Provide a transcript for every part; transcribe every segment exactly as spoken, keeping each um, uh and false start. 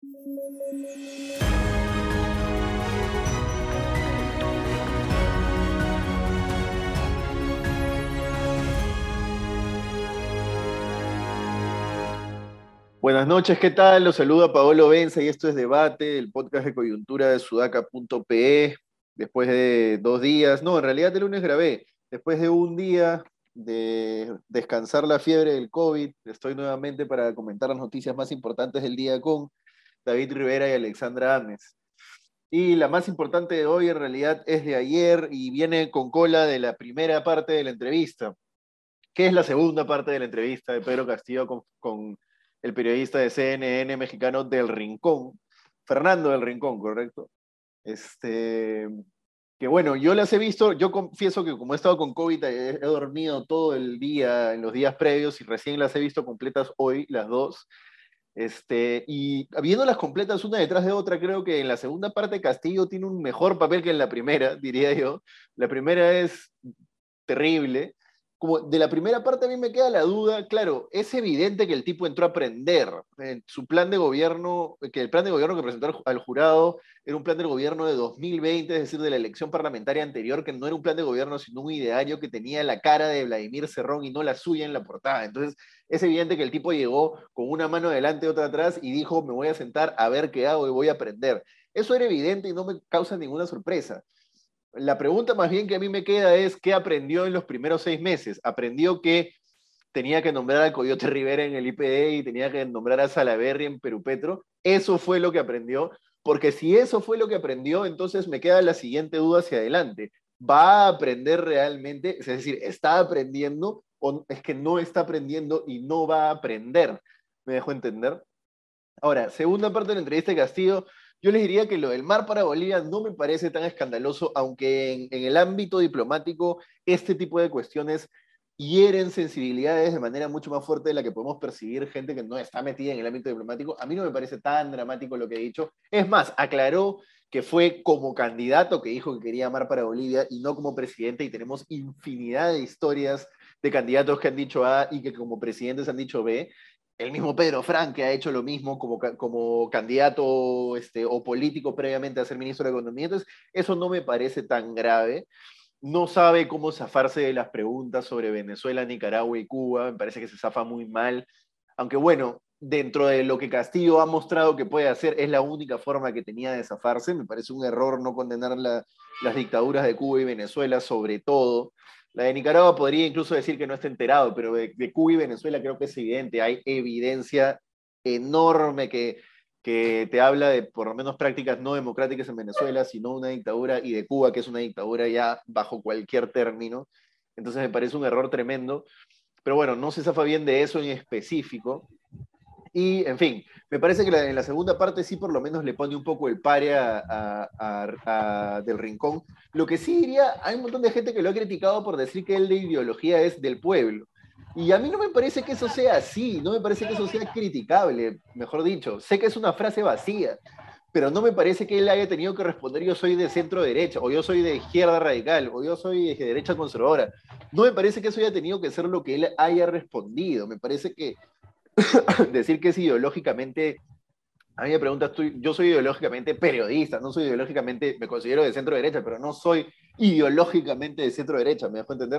Buenas noches, ¿qué tal? Los saluda Paolo Benza y esto es Debate, el podcast de coyuntura de sudaca punto pe. Después de dos días, no, en realidad el lunes grabé, después de un día de descansar la fiebre del COVID, estoy nuevamente para comentar las noticias más importantes del día con David Rivera y Alexandra Ames. Y la más importante de hoy en realidad es de ayer y viene con cola de la primera parte de la entrevista, que es la segunda parte de la entrevista de Pedro Castillo con, con el periodista de C N N mexicano Del Rincón, Fernando Del Rincón, ¿correcto? Este, que bueno, yo las he visto, yo confieso que como he estado con COVID, he, he dormido todo el día en los días previos y recién las he visto completas hoy, las dos. Este, y viéndolas completas una detrás de otra, creo que en la segunda parte Castillo tiene un mejor papel que en la primera, diría yo. La primera es terrible. Como de la primera parte a mí me queda la duda, claro, es evidente que el tipo entró a aprender. Eh, su plan de gobierno, que el plan de gobierno que presentó al, al jurado era un plan de gobierno de dos mil veinte, es decir, de la elección parlamentaria anterior, que no era un plan de gobierno, sino un ideario que tenía la cara de Vladimir Cerrón y no la suya en la portada. Entonces, es evidente que el tipo llegó con una mano adelante y otra atrás y dijo, me voy a sentar a ver qué hago y voy a aprender. Eso era evidente y no me causa ninguna sorpresa. La pregunta más bien que a mí me queda es, ¿qué aprendió en los primeros seis meses? Aprendió que tenía que nombrar al Coyote Rivera en el I P D y tenía que nombrar a Salaverry en Perú Petro. Eso fue lo que aprendió, porque si eso fue lo que aprendió, entonces me queda la siguiente duda hacia adelante. ¿Va a aprender realmente? Es decir, ¿está aprendiendo o es que no está aprendiendo y no va a aprender? ¿Me dejó entender? Ahora, segunda parte de la entrevista de Castillo, yo les diría que lo del mar para Bolivia no me parece tan escandaloso, aunque en, en el ámbito diplomático este tipo de cuestiones hieren sensibilidades de manera mucho más fuerte de la que podemos percibir gente que no está metida en el ámbito diplomático. A mí no me parece tan dramático lo que he dicho. Es más, aclaró que fue como candidato que dijo que quería mar para Bolivia y no como presidente, y tenemos infinidad de historias de candidatos que han dicho A y que como presidentes han dicho B. El mismo Pedro Frank, que ha hecho lo mismo como, como candidato este, o político previamente a ser ministro de Economía. Entonces, eso no me parece tan grave. No sabe cómo zafarse de las preguntas sobre Venezuela, Nicaragua y Cuba. Me parece que se zafa muy mal. Aunque bueno, dentro de lo que Castillo ha mostrado que puede hacer, es la única forma que tenía de zafarse. Me parece un error no condenar la, las dictaduras de Cuba y Venezuela, sobre todo. La de Nicaragua podría incluso decir que no está enterado, pero de, de Cuba y Venezuela creo que es evidente. Hay evidencia enorme que, que te habla de por lo menos prácticas no democráticas en Venezuela, sino una dictadura, y de Cuba, que es una dictadura ya bajo cualquier término. Entonces me parece un error tremendo. Pero bueno, no se zafa bien de eso en específico. Y, en fin, me parece que la, en la segunda parte sí por lo menos le pone un poco el pare a, a, a, a Del Rincón. Lo que sí diría, hay un montón de gente que lo ha criticado por decir que él de ideología es del pueblo. Y a mí no me parece que eso sea así, no me parece que eso sea criticable, mejor dicho. Sé que es una frase vacía, pero no me parece que él haya tenido que responder yo soy de centro derecha, o yo soy de izquierda radical, o yo soy de derecha conservadora. No me parece que eso haya tenido que ser lo que él haya respondido. Me parece que decir que es ideológicamente, a mí me preguntas tú, yo soy ideológicamente periodista, no soy ideológicamente, me considero de centro derecha, pero no soy ideológicamente de centro derecha, ¿me dejo entender?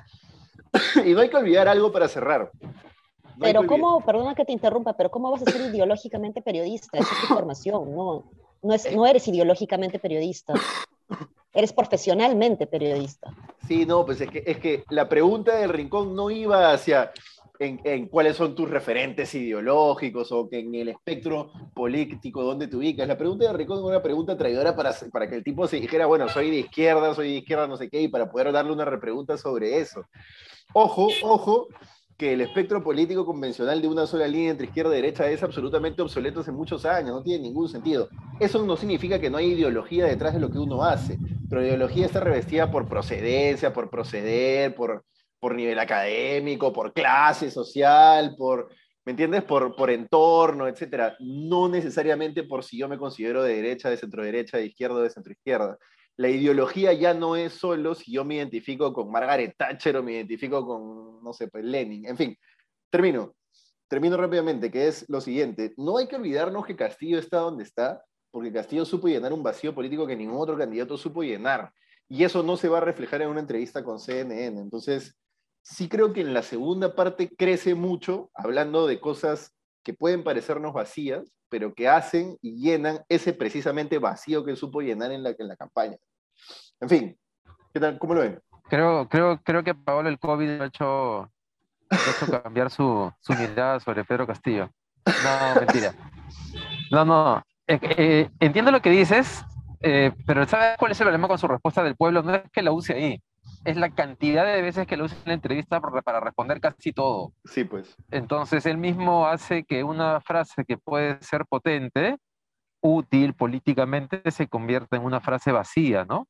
Y no hay que olvidar algo para cerrar. No hay que Pero olvidar. cómo, perdona que te interrumpa, pero ¿cómo vas a ser ideológicamente periodista? Esa es tu formación, no, no, es, no eres ideológicamente periodista, eres profesionalmente periodista. Sí, no, pues es que, es que la pregunta del Rincón no iba hacia en, en cuáles son tus referentes ideológicos o que en el espectro político dónde te ubicas. La pregunta del Rincón era una pregunta traidora para, para que el tipo se dijera, bueno, soy de izquierda, soy de izquierda, no sé qué, y para poder darle una repregunta sobre eso. Ojo, ojo, que el espectro político convencional de una sola línea entre izquierda y derecha es absolutamente obsoleto hace muchos años, no tiene ningún sentido. Eso no significa que no hay ideología detrás de lo que uno hace, pero la ideología está revestida por procedencia, por proceder, por, por nivel académico, por clase social, por, ¿me entiendes? Por, por entorno, etcétera. No necesariamente por si yo me considero de derecha, de centro derecha, de izquierda o de centro izquierda. La ideología ya no es solo si yo me identifico con Margaret Thatcher o me identifico con, no sé, pues Lenin. En fin, termino. termino rápidamente, que es lo siguiente. No hay que olvidarnos que Castillo está donde está, porque Castillo supo llenar un vacío político que ningún otro candidato supo llenar. Y eso no se va a reflejar en una entrevista con C N N. Entonces, sí creo que en la segunda parte crece mucho, hablando de cosas que pueden parecernos vacías, pero que hacen y llenan ese precisamente vacío que supo llenar en la, en la campaña. En fin, ¿qué tal? ¿Cómo lo ven? Creo, creo, creo que Paolo el COVID lo ha hecho, lo ha hecho cambiar su, su mirada sobre Pedro Castillo. No, mentira. No, no. Eh, eh, entiendo lo que dices, eh, pero ¿sabes cuál es el problema con su respuesta del pueblo? No es que la use ahí, es la cantidad de veces que la usa en la entrevista para, para responder casi todo. Sí, pues. Entonces él mismo hace que una frase que puede ser potente, útil políticamente, se convierta en una frase vacía, ¿no?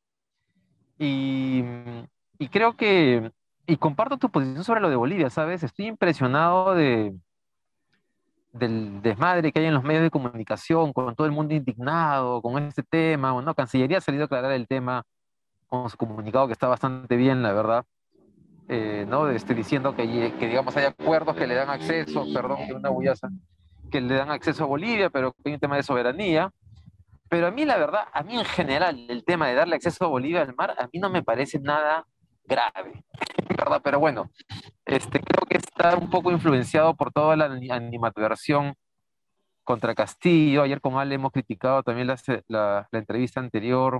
Y, y creo que, y comparto tu posición sobre lo de Bolivia, ¿sabes? Estoy impresionado de, del desmadre que hay en los medios de comunicación, con todo el mundo indignado con este tema. Bueno, Cancillería ha salido a aclarar el tema con su comunicado que está bastante bien, la verdad. Eh, ¿no? Este, diciendo que, que, digamos, hay acuerdos que le dan acceso, perdón, que una bullaza, que le dan acceso a Bolivia, pero que hay un tema de soberanía. Pero a mí, la verdad, a mí en general, el tema de darle acceso a Bolivia al mar, a mí no me parece nada grave, ¿verdad? Pero bueno, este, creo que está un poco influenciado por toda la animadversión contra Castillo. Ayer con Ale hemos criticado también la, la, la entrevista anterior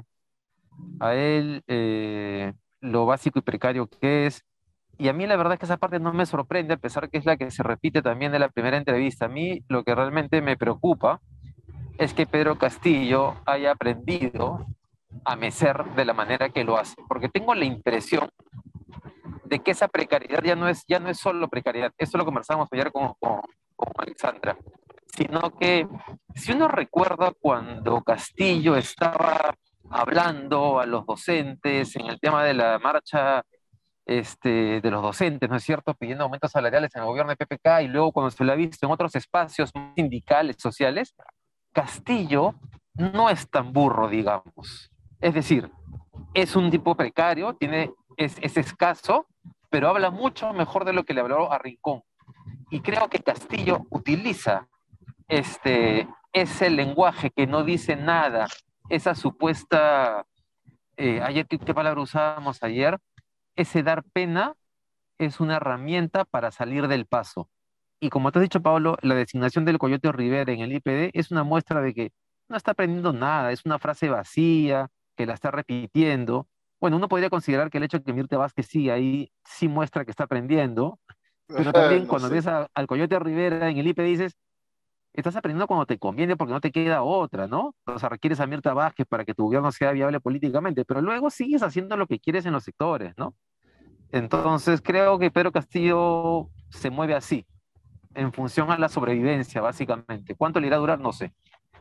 a él, eh, lo básico y precario que es. Y a mí la verdad es que esa parte no me sorprende, a pesar que es la que se repite también de la primera entrevista. A mí lo que realmente me preocupa es que Pedro Castillo haya aprendido a mecer de la manera que lo hace, porque tengo la impresión de que esa precariedad ya no es, ya no es solo precariedad, eso lo conversamos ayer con, con, con Alexandra, sino que si uno recuerda cuando Castillo estaba hablando a los docentes en el tema de la marcha este, de los docentes, ¿no es cierto?, pidiendo aumentos salariales en el gobierno de P P K, y luego cuando se lo ha visto en otros espacios sindicales, sociales, Castillo no es tan burro, digamos. Es decir, es un tipo precario, tiene, es, es escaso, pero habla mucho mejor de lo que le habló a Rincón. Y creo que Castillo utiliza este, ese lenguaje que no dice nada, esa supuesta, eh, ayer, ¿qué, ¿qué palabra usábamos ayer? Ese dar pena es una herramienta para salir del paso. Y como te has dicho, Pablo, la designación del Coyote Rivera en el I P D es una muestra de que no está aprendiendo nada, es una frase vacía, que la está repitiendo. Bueno, uno podría considerar que el hecho de que Mirta Vázquez sí ahí sí muestra que está aprendiendo, pero también No cuando sé. ves a- al Coyote Rivera en el I P D dices, estás aprendiendo cuando te conviene porque no te queda otra, ¿no? O sea, requieres a Mirta Vázquez para que tu gobierno sea viable políticamente, pero luego sigues haciendo lo que quieres en los sectores, ¿no? Entonces creo que Pedro Castillo se mueve así, en función a la sobrevivencia, básicamente. ¿Cuánto le irá a durar? No sé.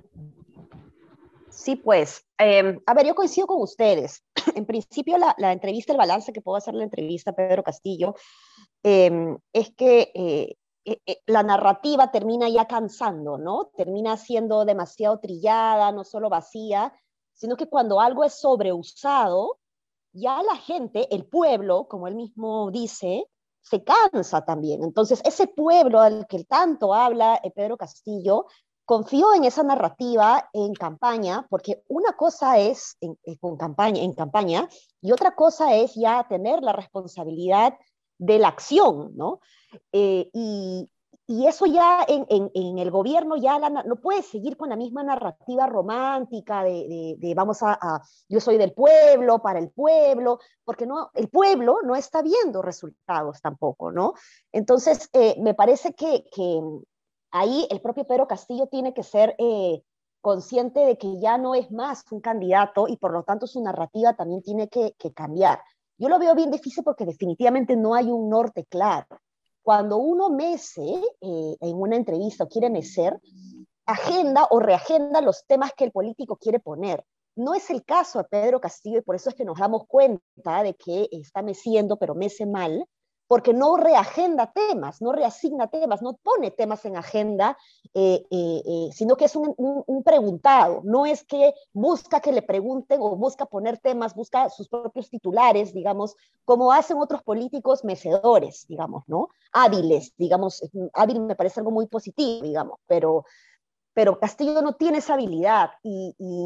Sí, pues, eh, a ver, yo coincido con ustedes. En principio, la, la entrevista, el balance que puedo hacer la entrevista a Pedro Castillo, eh, es que eh, eh, la narrativa termina ya cansando, ¿no? Termina siendo demasiado trillada, no solo vacía, sino que cuando algo es sobreusado, ya la gente, el pueblo, como él mismo dice, se cansa también. Entonces, ese pueblo al que tanto habla eh, Pedro Castillo, confío en esa narrativa en campaña, porque una cosa es en, en, con campaña, en campaña y otra cosa es ya tener la responsabilidad de la acción, ¿no? Eh, y, y eso ya en, en, en el gobierno ya la, no puede seguir con la misma narrativa romántica de, de, de vamos a, a, yo soy del pueblo, para el pueblo, porque no, el pueblo no está viendo resultados tampoco, ¿no? Entonces, eh, me parece que, que ahí el propio Pedro Castillo tiene que ser eh, consciente de que ya no es más un candidato y por lo tanto su narrativa también tiene que, que cambiar. Yo lo veo bien difícil porque definitivamente no hay un norte claro. Cuando uno mece eh, en una entrevista o quiere mecer, agenda o reagenda los temas que el político quiere poner. No es el caso de Pedro Castillo y por eso es que nos damos cuenta de que está meciendo, pero mece mal, porque no reagenda temas, no reasigna temas, no pone temas en agenda, eh, eh, eh, sino que es un, un, un preguntado, no es que busca que le pregunten o busca poner temas, busca sus propios titulares, digamos, como hacen otros políticos mecedores, digamos, ¿no? Hábiles, digamos, hábil me parece algo muy positivo, digamos, pero, pero Castillo no tiene esa habilidad y, y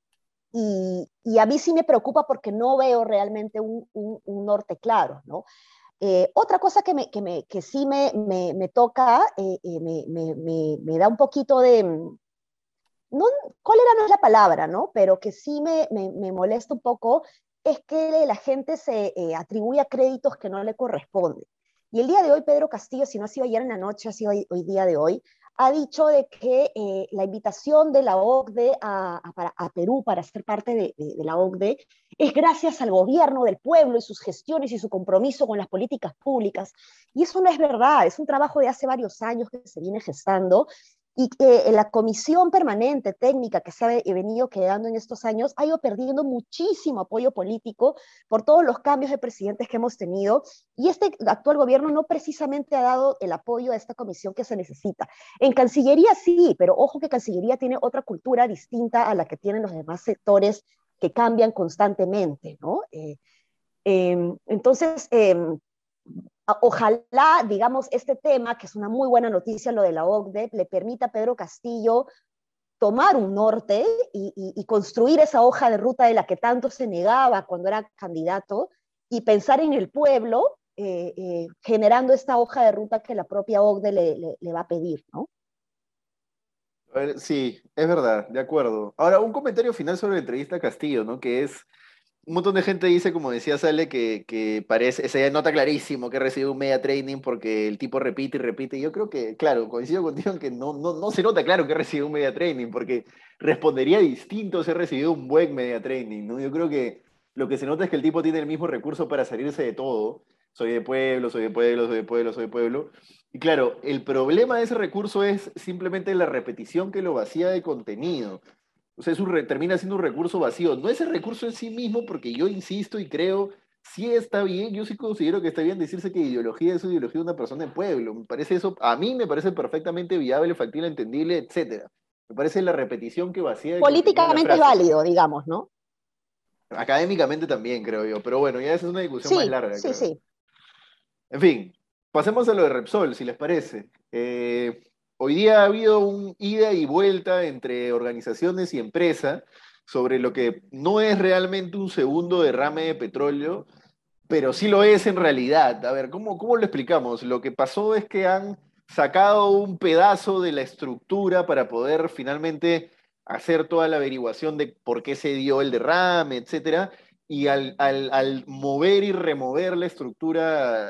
Y, y, a mí sí me preocupa porque no veo realmente un, un, un norte claro, ¿no? Eh, otra cosa que, me, que, me, que sí me, me, me toca, eh, eh, me, me, me, da un poquito de, no, cólera no es la palabra, ¿no? Pero que sí me, me, me molesta un poco es que la gente se eh, atribuye a créditos que no le corresponden. Y el día de hoy, Pedro Castillo, si no ha sido ayer en la noche, ha sido hoy, hoy día de hoy, ha dicho de que eh, la invitación de la O C D E a, a, a Perú para ser parte de, de, de la O C D E es gracias al gobierno del pueblo y sus gestiones y su compromiso con las políticas públicas. Y eso no es verdad, es un trabajo de hace varios años que se viene gestando y que la comisión permanente técnica que se ha venido quedando en estos años ha ido perdiendo muchísimo apoyo político por todos los cambios de presidentes que hemos tenido, y este actual gobierno no precisamente ha dado el apoyo a esta comisión que se necesita. En Cancillería sí, pero ojo que Cancillería tiene otra cultura distinta a la que tienen los demás sectores que cambian constantemente, ¿no? Eh, eh, entonces, eh, ojalá, digamos, este tema, que es una muy buena noticia, lo de la O C D E, le permita a Pedro Castillo tomar un norte y, y, y construir esa hoja de ruta de la que tanto se negaba cuando era candidato y pensar en el pueblo, eh, eh, generando esta hoja de ruta que la propia O C D E le, le, le va a pedir, ¿no? A ver, sí, es verdad, de acuerdo. Ahora, un comentario final sobre la entrevista a Castillo, ¿no? Que es, un montón de gente dice, como decía Sale, que, que parece, se nota clarísimo que recibió un media training porque el tipo repite y repite. Yo creo que, claro, coincido contigo en que no, no, no se nota claro que recibió un media training, porque respondería distinto si recibido un buen media training, ¿no? Yo creo que lo que se nota es que el tipo tiene el mismo recurso para salirse de todo. Soy de pueblo, soy de pueblo, soy de pueblo, soy de pueblo. Y claro, el problema de ese recurso es simplemente la repetición que lo vacía de contenido. O sea, es un re- termina siendo un recurso vacío. No es el recurso en sí mismo, porque yo insisto y creo, sí está bien, yo sí considero que está bien decirse que ideología es ideología de una persona de pueblo. Me parece eso, a mí me parece perfectamente viable, factible, entendible, etcétera. Me parece la repetición que vacía de contenido la Políticamente es frase. válido, digamos, ¿no? Académicamente también, creo yo. Pero bueno, ya esa es una discusión más Sí, larga, sí, creo. sí. En fin, pasemos a lo de Repsol, si les parece. Eh, hoy día ha habido un ida y vuelta entre organizaciones y empresa sobre lo que no es realmente un segundo derrame de petróleo, pero sí lo es en realidad. A ver, ¿cómo, cómo lo explicamos? Lo que pasó es que han sacado un pedazo de la estructura para poder finalmente hacer toda la averiguación de por qué se dio el derrame, etcétera, y al, al, al mover y remover la estructura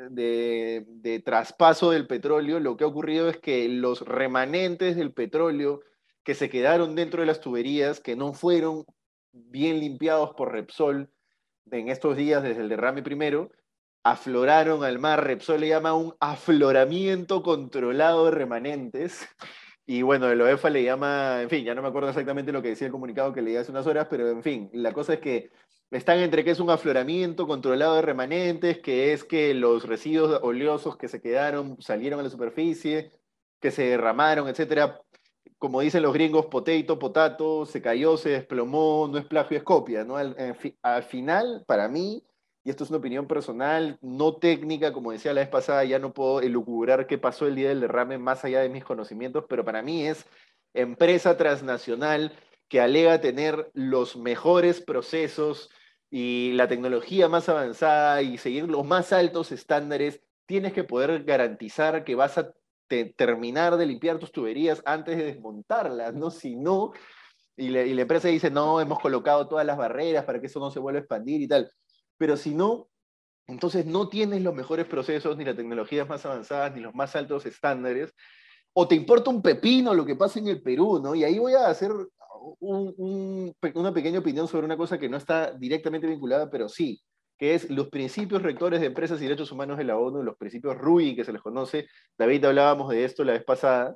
de, de traspaso del petróleo, lo que ha ocurrido es que los remanentes del petróleo que se quedaron dentro de las tuberías, que no fueron bien limpiados por Repsol, en estos días desde el derrame primero, afloraron al mar. Repsol le llama un afloramiento controlado de remanentes. Y bueno, el OEFA le llama, en fin, ya no me acuerdo exactamente lo que decía el comunicado que leí hace unas horas, pero en fin, la cosa es que están entre que es un afloramiento controlado de remanentes, que es que los residuos oleosos que se quedaron salieron a la superficie, que se derramaron, etcétera. Como dicen los gringos, potato, potato, se cayó, se desplomó, no es plagio, es copia, ¿no? Al, al final, para mí, y esto es una opinión personal, no técnica, como decía la vez pasada, ya no puedo elucubrar qué pasó el día del derrame más allá de mis conocimientos, pero para mí es empresa transnacional que alega tener los mejores procesos y la tecnología más avanzada y seguir los más altos estándares. Tienes que poder garantizar que vas a te, terminar de limpiar tus tuberías antes de desmontarlas, ¿no? Si no, y, le, y la empresa dice, no, hemos colocado todas las barreras para que eso no se vuelva a expandir y tal. Pero si no, entonces no tienes los mejores procesos, ni las tecnologías más avanzadas, ni los más altos estándares, o te importa un pepino lo que pasa en el Perú, ¿no? Y ahí voy a hacer un, un, una pequeña opinión sobre una cosa que no está directamente vinculada, pero sí, que es los principios rectores de empresas y derechos humanos de la ONU, los principios R U I, que se les conoce. David, hablábamos de esto la vez pasada.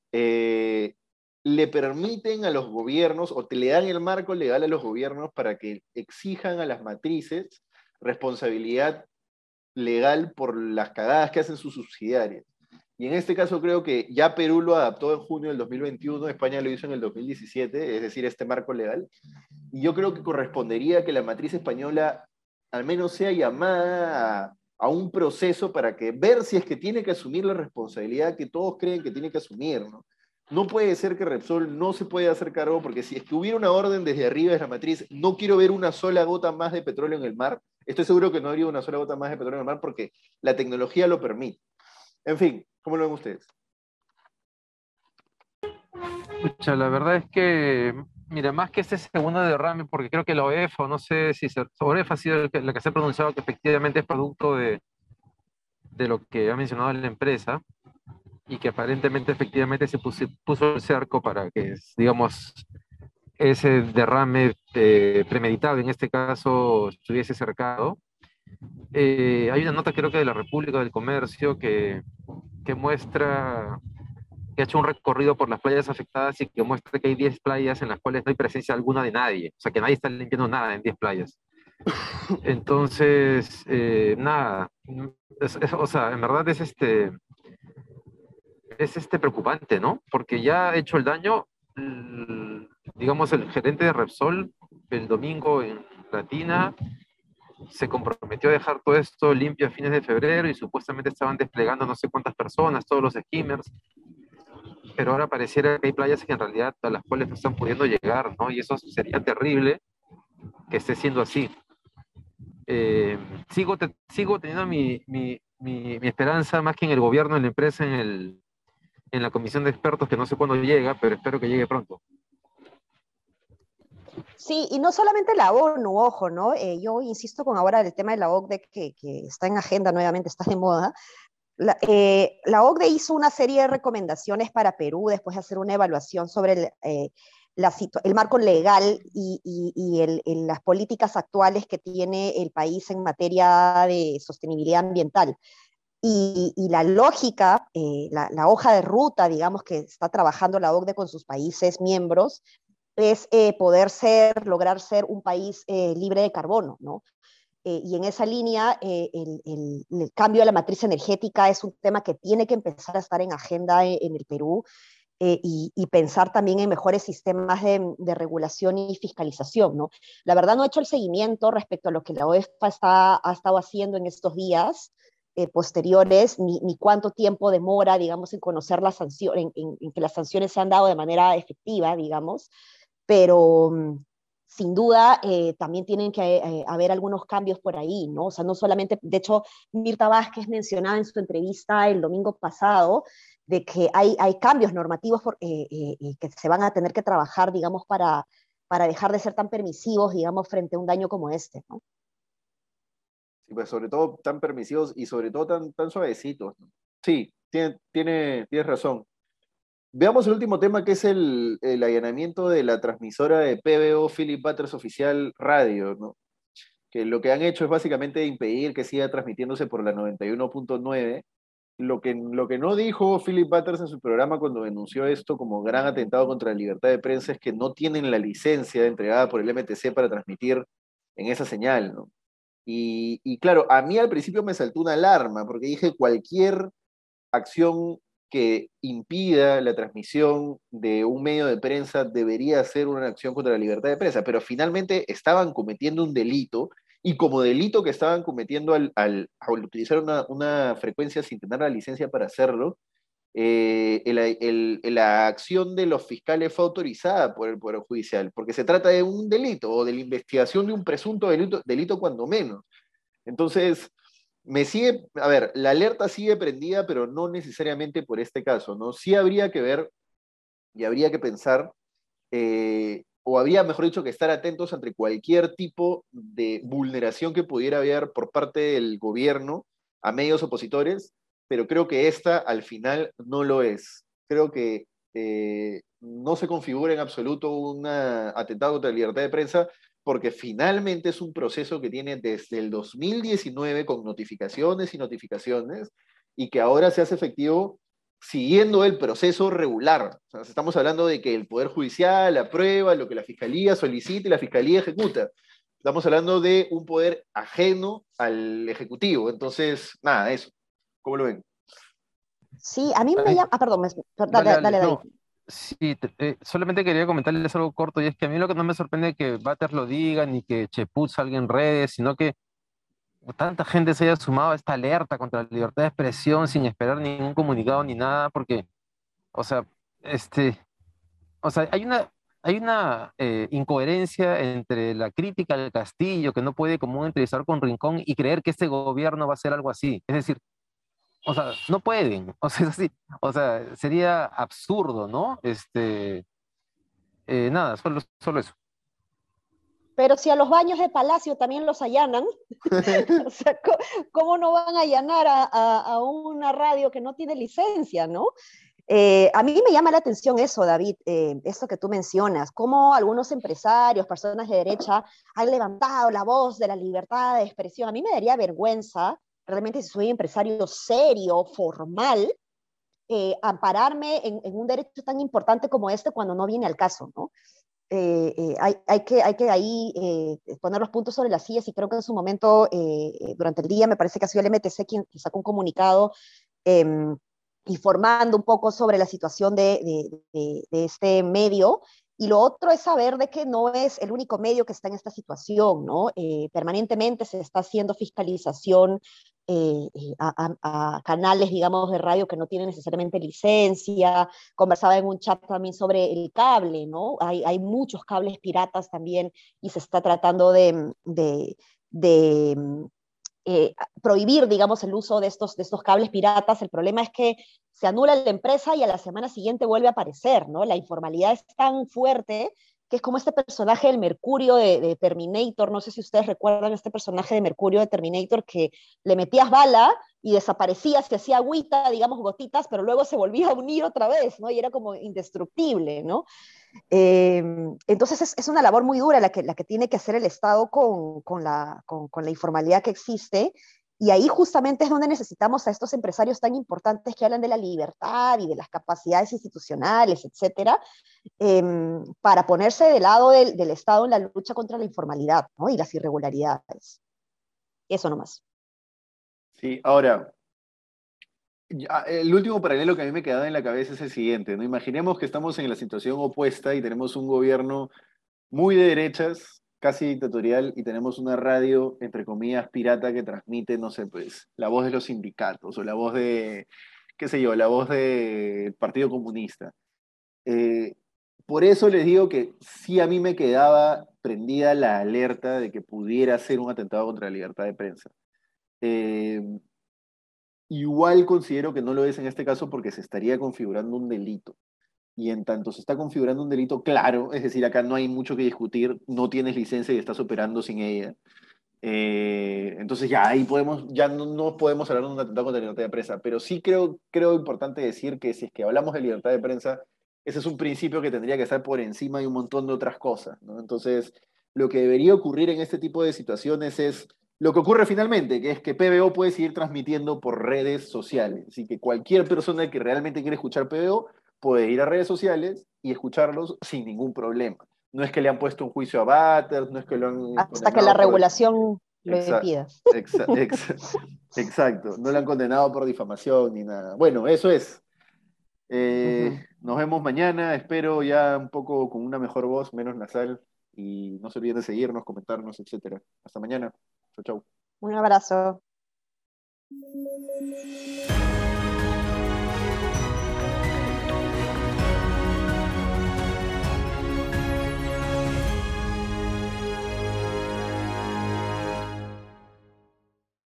Eh, le permiten a los gobiernos, o te le dan el marco legal a los gobiernos para que exijan a las matrices responsabilidad legal por las cagadas que hacen sus subsidiarias. Y en este caso creo que ya Perú lo adaptó en junio del dos mil veintiuno, España lo hizo en el dos mil diecisiete, es decir, este marco legal. Y yo creo que correspondería que la matriz española al menos sea llamada a, a un proceso para que ver si es que tiene que asumir la responsabilidad que todos creen que tiene que asumir, ¿no? No puede ser que Repsol no se pueda hacer cargo, porque si es que hubiera una orden desde arriba de la matriz, no quiero ver una sola gota más de petróleo en el mar. Estoy seguro que no habría una sola gota más de petróleo en el mar porque la tecnología lo permite. En fin, ¿cómo lo ven ustedes? Pucha, la verdad es que, mira, más que este segundo derrame, porque creo que la O E F, o no sé si se, O E F ha sido el que- la que se ha pronunciado que efectivamente es producto de, de lo que ha mencionado la empresa y que aparentemente efectivamente se puso, puso el cerco para que, digamos, ese derrame eh, premeditado en este caso estuviese cercado. Eh, hay una nota creo que de la República del Comercio que, que muestra que ha hecho un recorrido por las playas afectadas y que muestra que hay diez playas en las cuales no hay presencia alguna de nadie, o sea que nadie está limpiando nada en diez playas. Entonces, eh, nada, es- es- o sea, en verdad es este, es este preocupante, ¿no? Porque ya ha hecho el daño, l- digamos, el gerente de Repsol el domingo en Latina se comprometió a dejar todo esto limpio a fines de febrero y supuestamente estaban desplegando no sé cuántas personas, todos los skimmers, pero ahora pareciera que hay playas que en realidad a las cuales no están pudiendo llegar, ¿no? Y eso sería terrible que esté siendo así. Eh, sigo, te- sigo teniendo mi, mi, mi, mi esperanza más que en el gobierno, en la empresa, en, el, en la comisión de expertos, que no sé cuándo llega, pero espero que llegue pronto. Sí, y no solamente la ONU, ojo, ¿no? Eh, yo insisto con ahora el tema de la O C D E que, que está en agenda nuevamente, está de moda. La, eh, la O C D E hizo una serie de recomendaciones para Perú después de hacer una evaluación sobre el, eh, la el marco legal y, y, y el, el, las políticas actuales que tiene el país en materia de sostenibilidad ambiental. Y, y la lógica, eh, la, la, hoja de ruta, digamos, que está trabajando la O C D E con sus países miembros, es eh, poder ser, lograr ser un país eh, libre de carbono, ¿no? Eh, y en esa línea, eh, el, el, el, cambio de la matriz energética es un tema que tiene que empezar a estar en agenda en, en el Perú, eh, y, y, pensar también en mejores sistemas de, de, regulación y fiscalización, ¿no? La verdad no he hecho el seguimiento respecto a lo que la O E F A está, ha estado haciendo en estos días eh, posteriores, ni, ni cuánto tiempo demora, digamos, en conocer las sanciones, en, en, en que las sanciones se han dado de manera efectiva, digamos, pero sin duda eh, también tienen que eh, haber algunos cambios por ahí, ¿no? O sea, no solamente, de hecho, Mirta Vázquez mencionaba en su entrevista el domingo pasado de que hay, hay cambios normativos por, eh, eh, que se van a tener que trabajar, digamos, para, para dejar de ser tan permisivos, digamos, frente a un daño como este, ¿no? Sí, pues sobre todo tan permisivos y sobre todo tan, tan suavecitos, ¿no? Sí, tiene, tiene, tienes razón. Veamos el último tema, que es el, el allanamiento de la transmisora de P B O Philip Butters Oficial Radio, ¿no? Que lo que han hecho es básicamente impedir que siga transmitiéndose por la noventa y uno punto nueve. Lo que, lo que no dijo Philip Butters en su programa cuando denunció esto como gran atentado contra la libertad de prensa es que no tienen la licencia entregada por el M T C para transmitir en esa señal, ¿no? Y, y claro, a mí al principio me saltó una alarma, porque dije cualquier acción que impida la transmisión de un medio de prensa debería ser una acción contra la libertad de prensa, pero finalmente estaban cometiendo un delito, y como delito que estaban cometiendo al, al, al utilizar una, una frecuencia sin tener la licencia para hacerlo, eh, el, el, la acción de los fiscales fue autorizada por el Poder Judicial, porque se trata de un delito o de la investigación de un presunto delito, delito cuando menos. Entonces, me sigue, a ver, la alerta sigue prendida, pero no necesariamente por este caso, ¿no? Sí habría que ver y habría que pensar, eh, o habría, mejor dicho, que estar atentos ante cualquier tipo de vulneración que pudiera haber por parte del gobierno a medios opositores, pero creo que esta al final no lo es. Creo que eh, no se configura en absoluto un atentado contra la libertad de prensa, porque finalmente es un proceso que tiene desde el dos mil diecinueve con notificaciones y notificaciones, y que ahora se hace efectivo siguiendo el proceso regular. O sea, estamos hablando de que el Poder Judicial aprueba lo que la Fiscalía solicita y la Fiscalía ejecuta. Estamos hablando de un poder ajeno al Ejecutivo. Entonces, nada, eso. ¿Cómo lo ven? Sí, a mí me Ay, llama... Ah, perdón, me- dale, dale, dale, dale, David. no. Sí, te- eh, solamente quería comentarles algo corto y es que a mí lo que no me sorprende es que Bater lo diga ni que Cheput salga en redes, sino que tanta gente se haya sumado a esta alerta contra la libertad de expresión sin esperar ningún comunicado ni nada, porque, o sea, este, o sea, hay una, hay una eh, incoherencia entre la crítica al Castillo, que no puede como un entrevistador con Rincón, y creer que este gobierno va a hacer algo así. Es decir, o sea, no pueden, o sea, es así, o sea, sería absurdo, ¿no? Este, eh, nada, solo, solo eso. Pero si a los baños de Palacio también los allanan, o sea, ¿cómo, cómo no van a allanar a, a, a una radio que no tiene licencia, ¿no? Eh, a mí me llama la atención eso, David, eh, eso que tú mencionas, cómo algunos empresarios, personas de derecha, han levantado la voz de la libertad de expresión. A mí me daría vergüenza, realmente si soy empresario serio, formal, eh, ampararme en, en, un derecho tan importante como este cuando no viene al caso, ¿no? Eh, eh, hay, hay, que, hay que ahí eh, poner los puntos sobre las sillas y creo que en su momento, eh, durante el día, me parece que ha sido el M T C quien, quien sacó un comunicado eh, informando un poco sobre la situación de, de, de, de este medio. Y lo otro es saber de que no es el único medio que está en esta situación, ¿no? Eh, permanentemente se está haciendo fiscalización eh, a, a, a canales, digamos, de radio que no tienen necesariamente licencia. Conversaba en un chat también sobre el cable, ¿no? Hay, hay muchos cables piratas también y se está tratando de, de, de eh, prohibir, digamos, el uso de estos, de estos cables piratas. El problema es que se anula la empresa y a la semana siguiente vuelve a aparecer, ¿no? La informalidad es tan fuerte que es como este personaje del Mercurio de, de Terminator. No sé si ustedes recuerdan este personaje de Mercurio de Terminator, que le metías bala y desaparecía, se hacía agüita, digamos, gotitas, pero luego se volvía a unir otra vez, ¿no? Y era como indestructible, ¿no? Eh, entonces es, es, una labor muy dura la que, la que tiene que hacer el Estado con, con, la, con, con la informalidad que existe. Y ahí justamente es donde necesitamos a estos empresarios tan importantes que hablan de la libertad y de las capacidades institucionales, etcétera, eh, para ponerse del lado del, del Estado en la lucha contra la informalidad, ¿no? Y las irregularidades. Eso nomás. Sí, ahora, el último paralelo que a mí me quedaba en la cabeza es el siguiente, ¿no? Imaginemos que estamos en la situación opuesta y tenemos un gobierno muy de derechas, casi dictatorial, y tenemos una radio, entre comillas, pirata que transmite, no sé, pues, la voz de los sindicatos o la voz de, qué sé yo, la voz del Partido Comunista. Eh, por eso les digo que sí a mí me quedaba prendida la alerta de que pudiera ser un atentado contra la libertad de prensa. Eh, Igual considero que no lo es en este caso porque se estaría configurando un delito. Y en tanto se está configurando un delito claro, es decir, acá no hay mucho que discutir, no tienes licencia y estás operando sin ella. Eh, entonces ya ahí podemos, ya no, no podemos hablar de un atentado contra la libertad de prensa, pero sí creo, creo importante decir que si es que hablamos de libertad de prensa, ese es un principio que tendría que estar por encima de un montón de otras cosas, ¿no? Entonces, lo que debería ocurrir en este tipo de situaciones es lo que ocurre finalmente, que es que P B O puede seguir transmitiendo por redes sociales, así que cualquier persona que realmente quiere escuchar P B O puede ir a redes sociales y escucharlos sin ningún problema. No es que le han puesto un juicio a Batters, no es que lo han Hasta que la condenado por... regulación lo Exacto, impida. exacto, exacto, no lo han condenado por difamación ni nada. Bueno, eso es. Uh Eh, -huh. nos vemos mañana, espero ya un poco con una mejor voz, menos nasal, y no se olviden de seguirnos, comentarnos, etcétera. Hasta mañana. Chau, chau. Un abrazo.